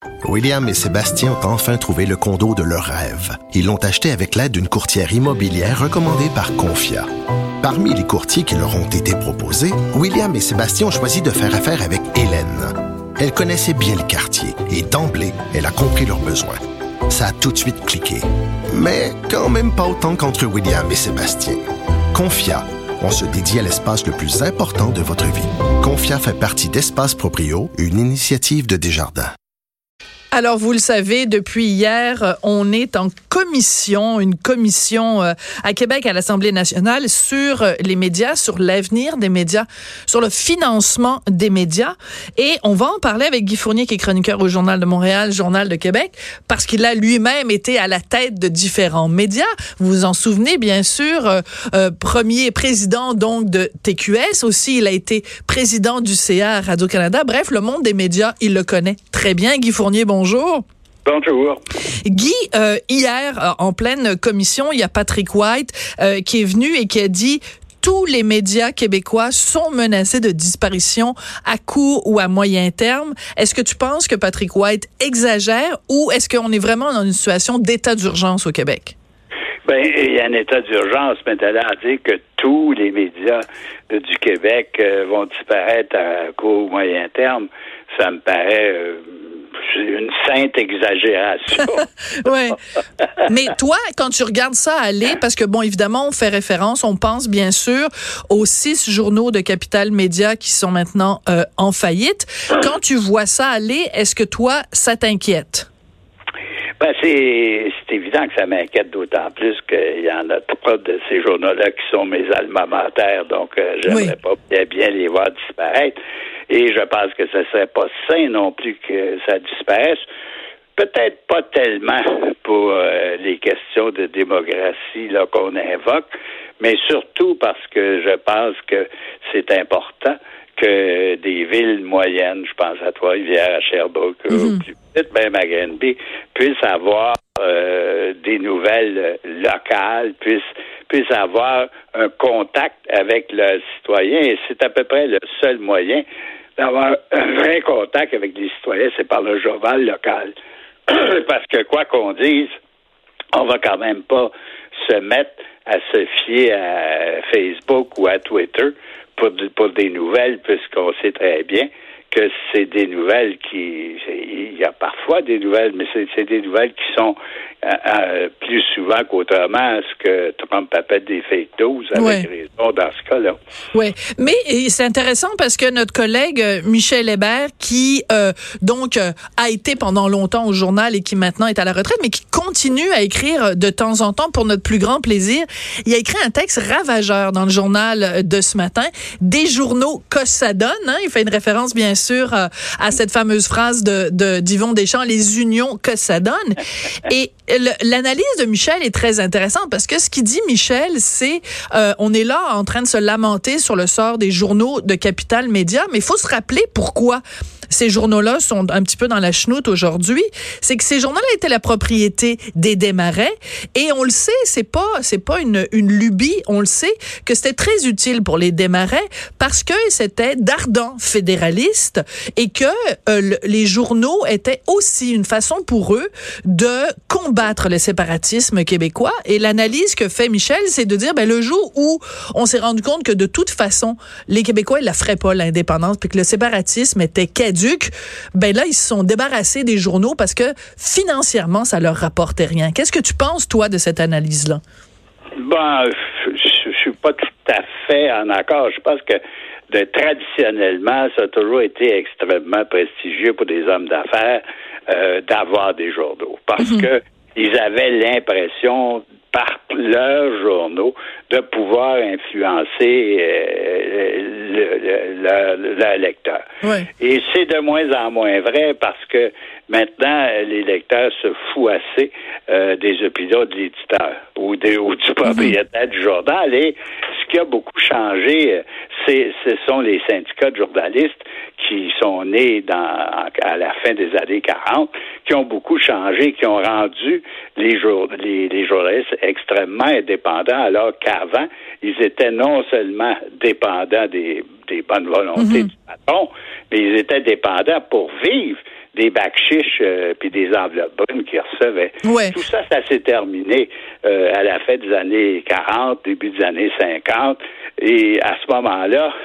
William et Sébastien ont enfin trouvé le condo de leur rêve. Ils l'ont acheté avec l'aide d'une courtière immobilière recommandée par Confia. Parmi les courtiers qui leur ont été proposés, William et Sébastien ont choisi de faire affaire avec Hélène. Elle connaissait bien le quartier et d'emblée, elle a compris leurs besoins. Ça a tout de suite cliqué. Mais quand même pas autant qu'entre William et Sébastien. Confia, on se dédie à l'espace le plus important de votre vie. Confia fait partie d'Espace Proprio, une initiative de Desjardins. Alors, vous le savez, depuis hier, on est en une commission à Québec, à l'Assemblée nationale, sur les médias, sur l'avenir des médias, sur le financement des médias. Et on va en parler avec Guy Fournier, qui est chroniqueur au Journal de Montréal, Journal de Québec, parce qu'il a lui-même été à la tête de différents médias. Vous vous en souvenez, bien sûr, premier président donc de TQS. Aussi, il a été président du CA à Radio-Canada. Bref, le monde des médias, il le connaît très bien. Guy Fournier, bonjour. Bonjour. Guy, hier, en pleine commission, il y a Patrick White qui est venu et qui a dit tous les médias québécois sont menacés de disparition à court ou à moyen terme. Est-ce que tu penses que Patrick White exagère ou est-ce qu'on est vraiment dans une situation d'état d'urgence au Québec? Ben, il y a un état d'urgence, mais d'aller à dire que tous les médias du Québec vont disparaître à court ou moyen terme, ça me paraît une sainte exagération. Oui. Mais toi, quand tu regardes ça aller, parce que, bon, évidemment, on fait référence, on pense bien sûr aux 6 journaux de Capital Média qui sont maintenant en faillite. Quand tu vois ça aller, est-ce que toi, ça t'inquiète? Ben, c'est évident que ça m'inquiète, d'autant plus qu'il y en a 3 de ces journaux-là qui sont mes alma mater, donc j'aimerais pas bien les voir disparaître. Et je pense que ce serait pas sain non plus que ça disparaisse. Peut-être pas tellement pour les questions de démographie là qu'on invoque, mais surtout parce que je pense que c'est important que des villes moyennes, je pense à Trois-Rivières, à Sherbrooke, ou plus petite, même à Granby, puissent avoir des nouvelles locales, puissent avoir un contact avec leurs citoyens. Et c'est à peu près le seul moyen d'avoir un vrai contact avec les citoyens, c'est par le journal local. Parce que quoi qu'on dise, on va quand même pas se mettre à se fier à Facebook ou à Twitter pour des nouvelles, puisqu'on sait très bien que c'est des nouvelles il y a parfois des nouvelles, mais c'est des nouvelles qui sont plus souvent qu'autrement ce que Trump appelle des fake news, avec raison dans ce cas-là. Oui, mais c'est intéressant parce que notre collègue Michel Hébert, qui donc a été pendant longtemps au journal et qui maintenant est à la retraite, mais qui continue à écrire de temps en temps pour notre plus grand plaisir, il a écrit un texte ravageur dans le journal de ce matin, des journaux que ça donne, hein? Il fait une référence bien sûr à cette fameuse phrase d'Yvon Deschamps, les unions que ça donne. Et l'analyse de Michel est très intéressante parce que ce qu'il dit, Michel, c'est on est là en train de se lamenter sur le sort des journaux de Capital Média, mais il faut se rappeler pourquoi ces journaux-là sont un petit peu dans la chenoute aujourd'hui. C'est que ces journaux-là étaient la propriété des Desmarais et on le sait, c'est pas une lubie, on le sait que c'était très utile pour les Desmarais parce que c'était d'ardents fédéralistes et que les journaux étaient aussi une façon pour eux de combattre le séparatisme québécois. Et l'analyse que fait Michel, c'est de dire, le jour où on s'est rendu compte que de toute façon, les Québécois, ils la feraient pas, l'indépendance, puis que le séparatisme était caduc, là, ils se sont débarrassés des journaux parce que financièrement, ça leur rapportait rien. Qu'est-ce que tu penses, toi, de cette analyse-là? Je suis pas tout à fait en accord. Je pense que traditionnellement, ça a toujours été extrêmement prestigieux pour des hommes d'affaires d'avoir des journaux. Parce que ils avaient l'impression, par leurs journaux, de pouvoir influencer le lecteur. Ouais. Et c'est de moins en moins vrai parce que maintenant, les lecteurs se foutent assez des opinions de l'éditeur ou du propriétaire du journal. Et ce qui a beaucoup changé, ce sont les syndicats de journalistes qui sont nés à la fin des années 40, qui ont beaucoup changé, qui ont rendu les journalistes extrêmement indépendants, alors qu'avant, ils étaient non seulement dépendants des bonnes volontés du patron, mais ils étaient dépendants pour vivre des bacs chiches puis des enveloppes brunes qu'ils recevaient. Ouais. Tout ça, ça s'est terminé à la fin des années 40, début des années 50. Et à ce moment-là,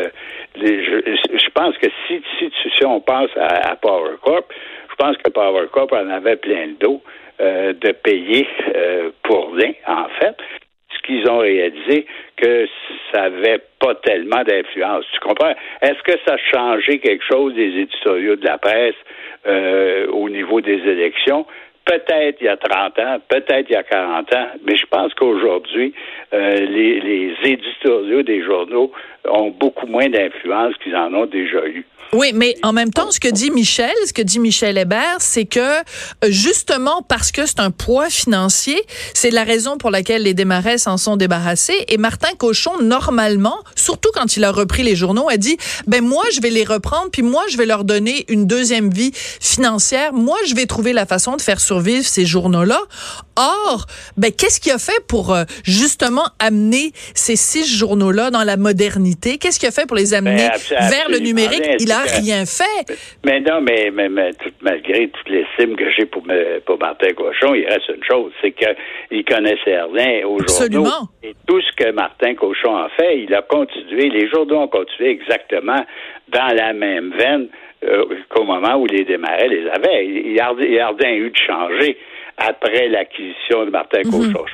je pense que si on pense à Power Corp, je pense que Power Corp en avait plein le dos de payer pour rien, en fait. Ce qu'ils ont réalisé, que ça n'avait pas tellement d'influence. Tu comprends? Est-ce que ça a changé quelque chose des éditoriaux de la presse au niveau des élections? Peut-être il y a 30 ans, peut-être il y a 40 ans, mais je pense qu'aujourd'hui, les éditoriaux des journaux ont beaucoup moins d'influence qu'ils en ont déjà eu. Oui, mais en même temps, ce que dit Michel Hébert, c'est que justement parce que c'est un poids financier, c'est la raison pour laquelle les Desmarais s'en sont débarrassés. Et Martin Cochon, normalement, surtout quand il a repris les journaux, a dit, moi, je vais les reprendre, puis moi, je vais leur donner une deuxième vie financière. Moi, je vais trouver la façon de faire survivre ces journaux-là. Or, qu'est-ce qu'il a fait pour justement amener ces 6 journaux-là dans la modernité? Qu'est-ce qu'il a fait pour les amener vers le numérique? Il a rien fait. Mais non, mais malgré toutes les cimes que j'ai pour Martin Cochon, il reste une chose, c'est qu'il connaissait rien aux journaux. Et tout ce que Martin Cochon a fait, il a continué, les journaux ont continué exactement dans la même veine qu'au moment où les Desmarais les avaient. Il a rien eu de changer après l'acquisition de Martin Cochon.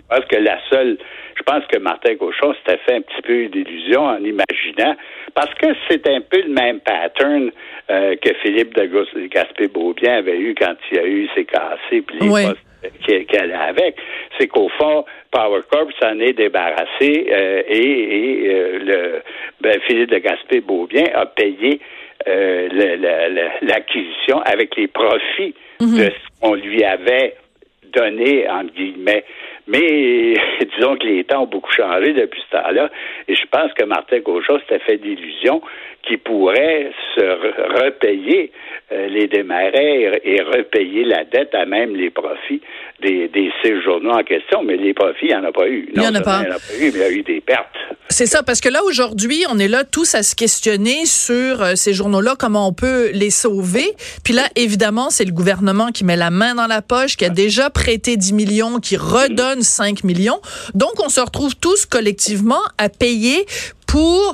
Je pense que Martin Cochon s'était fait un petit peu d'illusion en imaginant, parce que c'est un peu le même pattern que Philippe de Gaspé-Beaubien avait eu quand il a eu ses cassés puis les postes qu'elle a avec. C'est qu'au fond, Power Corp s'en est débarrassé Philippe de Gaspé-Beaubien a payé l'acquisition avec les profits de ce qu'on lui avait donné, entre guillemets. Mais disons que les temps ont beaucoup changé depuis ce temps-là, et je pense que Martin Cochon s'était fait d'illusions qu'il pourrait se repayer les Desmarais et repayer la dette à même les profits des 6 journaux en question. Mais les profits, il n'y en a pas eu. Il n'y en a pas eu, mais il y a eu des pertes. C'est ça, parce que là, aujourd'hui, on est là tous à se questionner sur ces journaux-là, comment on peut les sauver. Puis là, évidemment, c'est le gouvernement qui met la main dans la poche, qui a déjà prêté 10 millions, qui redonne 5 millions. Donc, on se retrouve tous collectivement à payer pour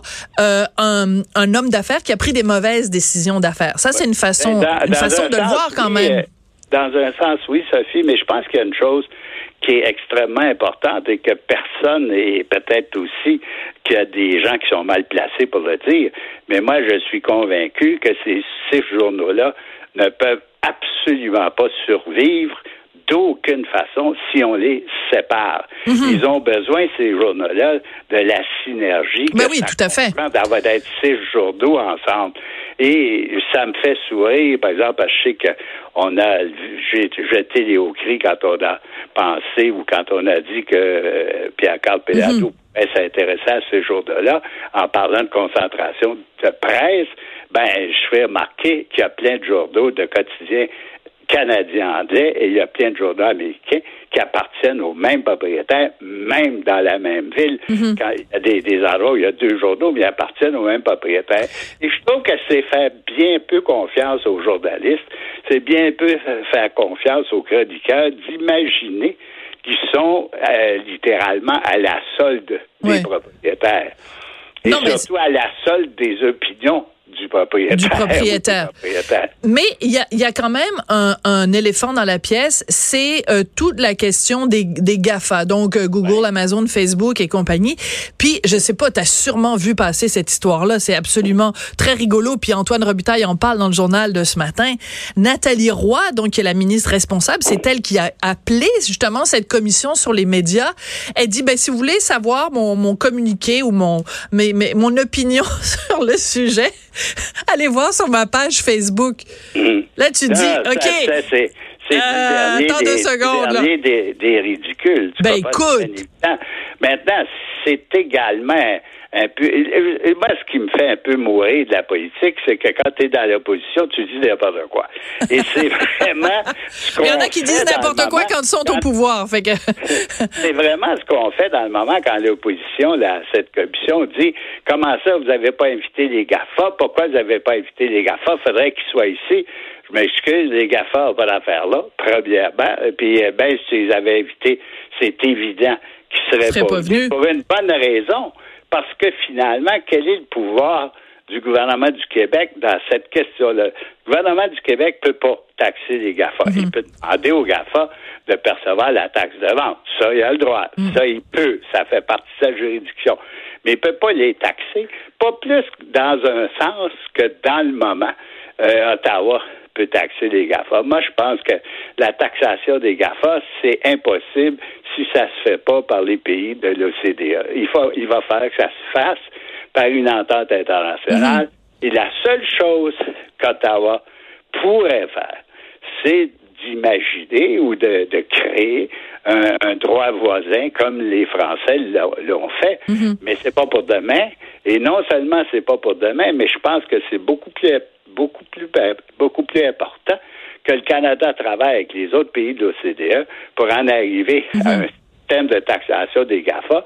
un homme d'affaires qui a pris des mauvaises décisions d'affaires. Ça, c'est une façon de le voir quand même. Dans un sens, oui, Sophie, mais je pense qu'il y a une chose qui est extrêmement importante et que personne, et peut-être aussi qu'il y a des gens qui sont mal placés pour le dire, mais moi, je suis convaincu que ces 6 journaux-là ne peuvent absolument pas survivre d'aucune façon si on les sépare. Ils ont besoin, ces journaux-là, de la synergie. Oui, tout à fait. D'avoir d'être 6 journaux ensemble. Et ça me fait sourire, par exemple, parce que je sais j'ai jeté les hauts cris quand on a pensé ou quand on a dit que Pierre-Carl Péladeau pouvait s'intéresser à ces journaux-là en parlant de concentration de presse. Je fais remarquer qu'il y a plein de journaux de quotidiens canadiens anglais et il y a plein de journaux américains qui appartiennent aux mêmes propriétaires, même dans la même ville. Quand il y a des endroits où il y a 2 journaux, mais ils appartiennent aux mêmes propriétaires. Et je trouve que c'est faire bien peu confiance aux journalistes, c'est bien peu faire confiance aux chroniqueurs d'imaginer qu'ils sont littéralement à la solde des propriétaires. Et surtout à la solde des opinions du propriétaire. Mais il y a quand même un éléphant dans la pièce, c'est toute la question des GAFA, donc Google, Amazon, Facebook et compagnie. Puis, je sais pas, t'as sûrement vu passer cette histoire-là, c'est absolument très rigolo, puis Antoine Robitaille en parle dans le journal de ce matin. Nathalie Roy, donc qui est la ministre responsable, c'est elle qui a appelé justement cette commission sur les médias. Elle dit, si vous voulez savoir mon communiqué ou mon opinion sur le sujet, allez voir sur ma page Facebook. Là, tu dis, OK. C'est attends 2 secondes. C'est le dernier des ridicules. Écoute. Maintenant, c'est également un peu... Moi, ce qui me fait un peu mourir de la politique, c'est que quand tu es dans l'opposition, tu dis n'importe quoi. Et c'est vraiment... Il y en a qui disent n'importe quoi quand ils sont au pouvoir. Fait que... c'est vraiment ce qu'on fait dans le moment quand l'opposition, cette commission, dit « Comment ça, vous n'avez pas invité les GAFA? Pourquoi vous n'avez pas invité les GAFA? Faudrait qu'ils soient ici. » Je m'excuse, les GAFA n'ont pas d'affaires là, premièrement. Puis, ben, si ils avaient invité, c'est évident qu'ils ne seraient pas venus pour une bonne raison. Parce que finalement, quel est le pouvoir du gouvernement du Québec dans cette question-là? Le gouvernement du Québec ne peut pas taxer les GAFA. Il peut demander aux GAFA de percevoir la taxe de vente. Ça, il a le droit. Ça, il peut. Ça fait partie de sa juridiction. Mais il ne peut pas les taxer. Pas plus dans un sens que dans le moment. Ottawa peut taxer les GAFA. Moi, je pense que la taxation des GAFA, c'est impossible si ça se fait pas par les pays de l'OCDE. Il va falloir que ça se fasse par une entente internationale. Et la seule chose qu'Ottawa pourrait faire, c'est d'imaginer ou de créer un droit voisin comme les Français l'ont fait. Mais c'est pas pour demain. Et non seulement c'est pas pour demain, mais je pense que c'est beaucoup plus important que le Canada travaille avec les autres pays de l'OCDE pour en arriver à un système de taxation des GAFA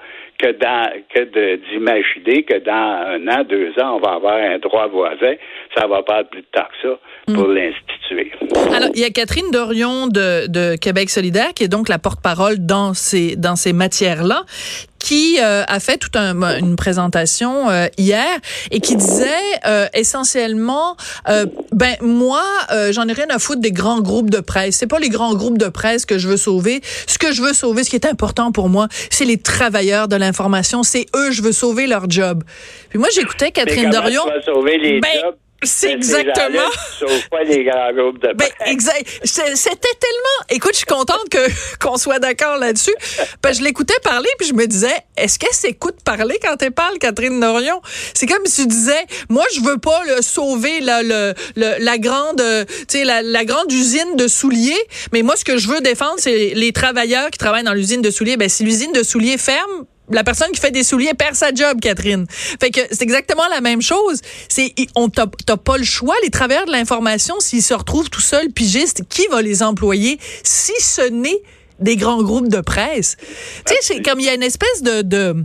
d'imaginer que dans 1 an, 2 ans, on va avoir un droit voisin. Ça va pas être plus de temps que ça pour l'instituer. Alors, il y a Catherine Dorion de Québec solidaire, qui est donc la porte-parole dans ces matières-là, qui a fait toute une présentation hier et qui disait essentiellement moi j'en ai rien à foutre des grands groupes de presse. C'est pas les grands groupes de presse que je veux sauver. Ce que je veux sauver, ce qui est important pour moi, c'est les travailleurs de l'information. C'est eux, je veux sauver leur job. Puis moi j'écoutais Catherine Dorion. Tu vas sauver les jobs? C'est exactement. Sauf pas les grands groupes de presse. Exact. C'était tellement. Écoute, je suis contente qu'on soit d'accord là-dessus. Parce que je l'écoutais parler puis je me disais, est-ce qu'elle s'écoute parler quand elle parle, Catherine Dorion? C'est comme si tu disais, moi je veux pas sauver la grande, la grande usine de souliers, mais moi ce que je veux défendre, c'est les travailleurs qui travaillent dans l'usine de souliers. Ben si l'usine de souliers ferme, la personne qui fait des souliers perd sa job, Catherine. Fait que c'est exactement la même chose. T'as pas le choix. Les travailleurs de l'information, s'ils se retrouvent tout seuls pigistes, qui va les employer si ce n'est des grands groupes de presse? Tu sais, c'est comme il y a une espèce de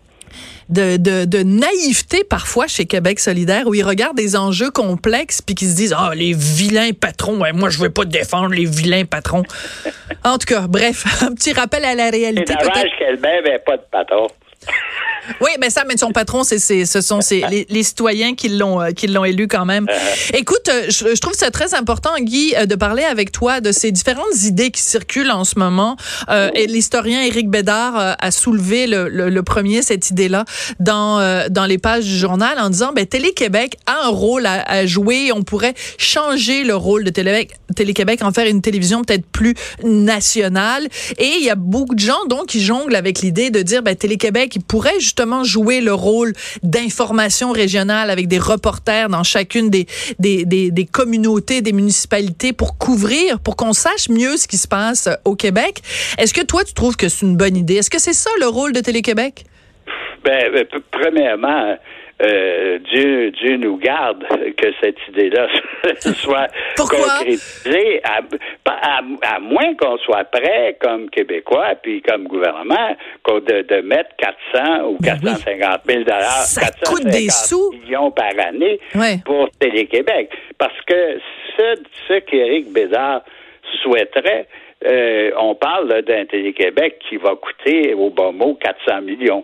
naïveté parfois chez Québec solidaire où ils regardent des enjeux complexes puis qu'ils se disent les vilains patrons, moi je veux pas défendre les vilains patrons. En tout cas, bref, un petit rappel à la réalité. C'est dommage qu'elle-même n'ait pas de patron. Oui, mais ça, mais son patron, ce sont les citoyens qui l'ont élu quand même. Écoute, je trouve ça très important, Guy, de parler avec toi de ces différentes idées qui circulent en ce moment. Et l'historien Éric Bédard a soulevé le premier cette idée-là dans les pages du journal en disant Télé-Québec a un rôle à jouer. On pourrait changer le rôle de Télé-Québec, en faire une télévision peut-être plus nationale. Et il y a beaucoup de gens donc qui jonglent avec l'idée de dire Télé-Québec il pourrait justement jouer le rôle d'information régionale avec des reporters dans chacune des communautés, des municipalités pour qu'on sache mieux ce qui se passe au Québec. Est-ce que toi, tu trouves que c'est une bonne idée? Est-ce que c'est ça le rôle de Télé-Québec? Premièrement, Dieu nous garde que cette idée-là soit concrétisée, à moins qu'on soit prêt comme Québécois puis comme gouvernement de mettre 400 ou 450 000 ça coûte des sous millions par année pour Télé-Québec. Parce que ce qu'Éric Bédard souhaiterait, on parle d'un Télé-Québec qui va coûter au bon mot 400 millions.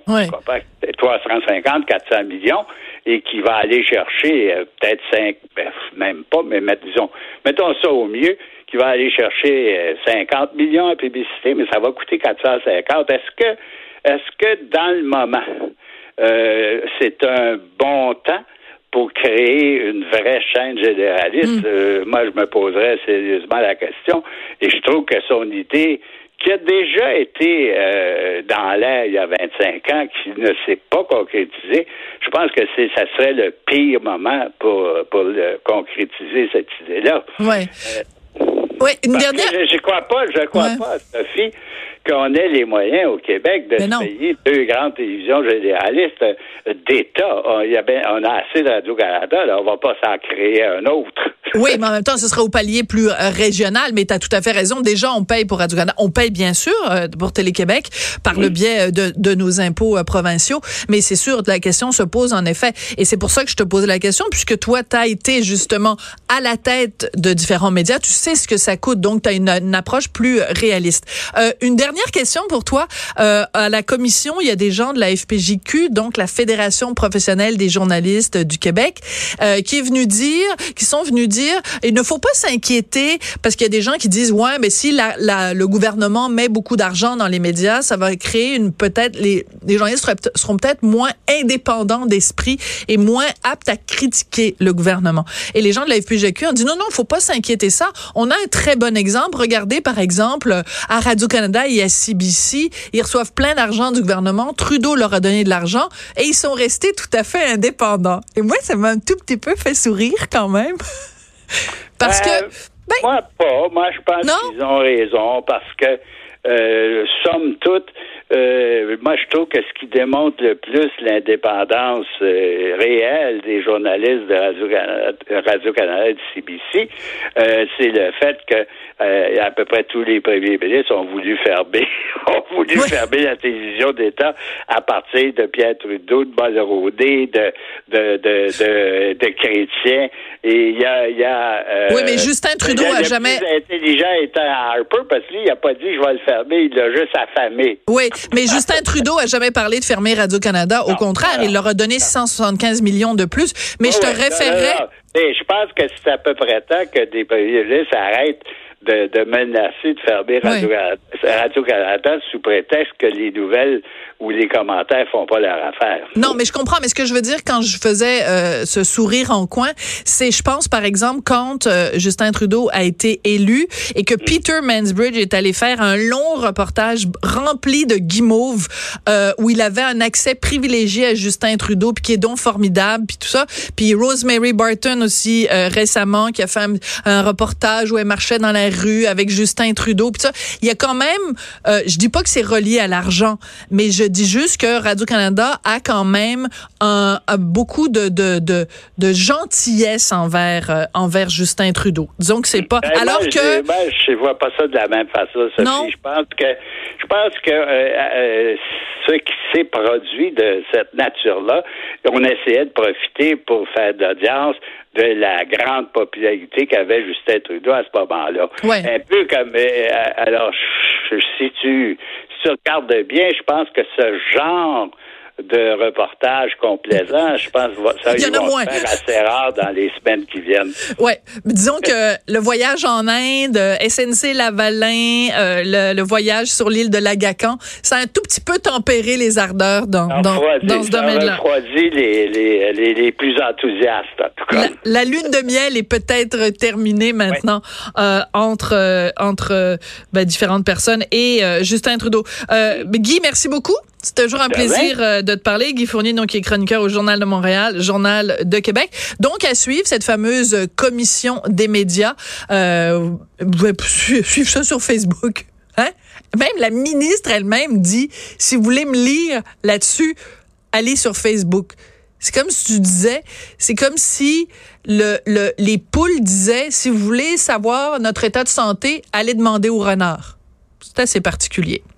350, 400 millions et qui va aller chercher peut-être 5, même pas, mais mettons ça au mieux, qui va aller chercher 50 millions en publicité, mais ça va coûter 450. Est-ce que dans le moment, c'est un bon temps pour créer une vraie chaîne généraliste? Moi, je me poserais sérieusement la question. Et je trouve que son idée, qui a déjà été dans l'air il y a 25 ans, qui ne s'est pas concrétisée, je pense que ça serait le pire moment pour concrétiser cette idée-là. Une dernière... Je crois pas, Sophie, qu'on ait les moyens au Québec de se payer 2 grandes télévisions généralistes d'État. On a assez de Radio-Canada, là, on va pas s'en créer un autre. Oui, mais en même temps, ce serait au palier plus régional, mais tu as tout à fait raison. Déjà, on paye pour Radio-Canada. On paye bien sûr pour Télé-Québec par le biais de nos impôts provinciaux, mais c'est sûr, la question se pose en effet. Et c'est pour ça que je te pose la question, puisque toi, tu as été justement à la tête de différents médias. Tu sais ce que ça coûte, donc tu as une approche plus réaliste. Une dernière question pour toi. À la commission, il y a des gens de la FPJQ, donc la Fédération professionnelle des journalistes du Québec, qui sont venus dire, il ne faut pas s'inquiéter parce qu'il y a des gens qui disent, ouais, mais si le gouvernement met beaucoup d'argent dans les médias, ça va créer peut-être les journalistes seront peut-être moins indépendants d'esprit et moins aptes à critiquer le gouvernement. Et les gens de la FPJQ ont dit, non, faut pas s'inquiéter ça. On a un très bon exemple. Regardez, par exemple, à Radio-Canada et à CBC, ils reçoivent plein d'argent du gouvernement. Trudeau leur a donné de l'argent et ils sont restés tout à fait indépendants. Et moi, ça m'a un tout petit peu fait sourire quand même. Parce que... moi, pas. Moi, je pense qu'ils ont raison parce que, somme toute, moi, je trouve que ce qui démontre le plus l'indépendance réelle des journalistes de Radio-Canada et de CBC, c'est le fait que à peu près tous les premiers ministres ont voulu fermer la télévision d'État à partir de Pierre Trudeau, de Mulroney, de Chrétien. Et il y a oui, mais Justin Trudeau a jamais... Le plus intelligent était Harper, parce que lui, il n'a pas dit « je vais le fermer », il l'a juste affamé. Oui, mais Justin Trudeau a jamais parlé de fermer Radio-Canada. Au contraire, il leur a donné 675 millions de plus. Mais je te référerais... Et je pense que c'est à peu près temps que des premiers ministres arrêtent de menacer de fermer Radio-Canada sous prétexte que les nouvelles ou les commentaires font pas leur affaire. Non, mais je comprends. Mais ce que je veux dire quand je faisais ce sourire en coin, c'est, je pense, par exemple, quand Justin Trudeau a été élu et que Peter Mansbridge est allé faire un long reportage rempli de guimauves où il avait un accès privilégié à Justin Trudeau, puis qui est donc formidable, puis tout ça. Puis Rosemary Barton aussi, récemment, qui a fait un reportage où elle marchait dans la rue avec Justin Trudeau, puis ça. Il y a quand même, je dis pas que c'est relié à l'argent, mais je dis juste que Radio-Canada a quand même beaucoup de gentillesse envers Justin Trudeau. Disons que c'est pas... Je vois pas ça de la même façon, Sophie. Non. Je pense que ce qui s'est produit de cette nature-là, on essayait de profiter pour faire de l'audience de la grande popularité qu'avait Justin Trudeau à ce moment-là. Ouais. Un peu comme... alors, si tu regardes bien, je pense que ce genre de reportage complaisant, je pense que ça va faire assez rare dans les semaines qui viennent. Ouais, disons que le voyage en Inde, SNC-Lavalin, le voyage sur l'île de Lagacan, ça a un tout petit peu tempéré les ardeurs dans ce domaine-là. Ça refroidit les plus enthousiastes, en tout cas. La lune de miel est peut-être terminée maintenant entre différentes personnes et Justin Trudeau. Guy, merci beaucoup. C'est toujours un plaisir de te parler. Guy Fournier, donc, qui est chroniqueur au Journal de Montréal, Journal de Québec. Donc, à suivre cette fameuse commission des médias. Vous pouvez suivre ça sur Facebook. Hein? Même la ministre elle-même dit, si vous voulez me lire là-dessus, allez sur Facebook. C'est comme si tu disais, c'est comme si les poules disaient, si vous voulez savoir notre état de santé, allez demander au renard. C'est assez particulier.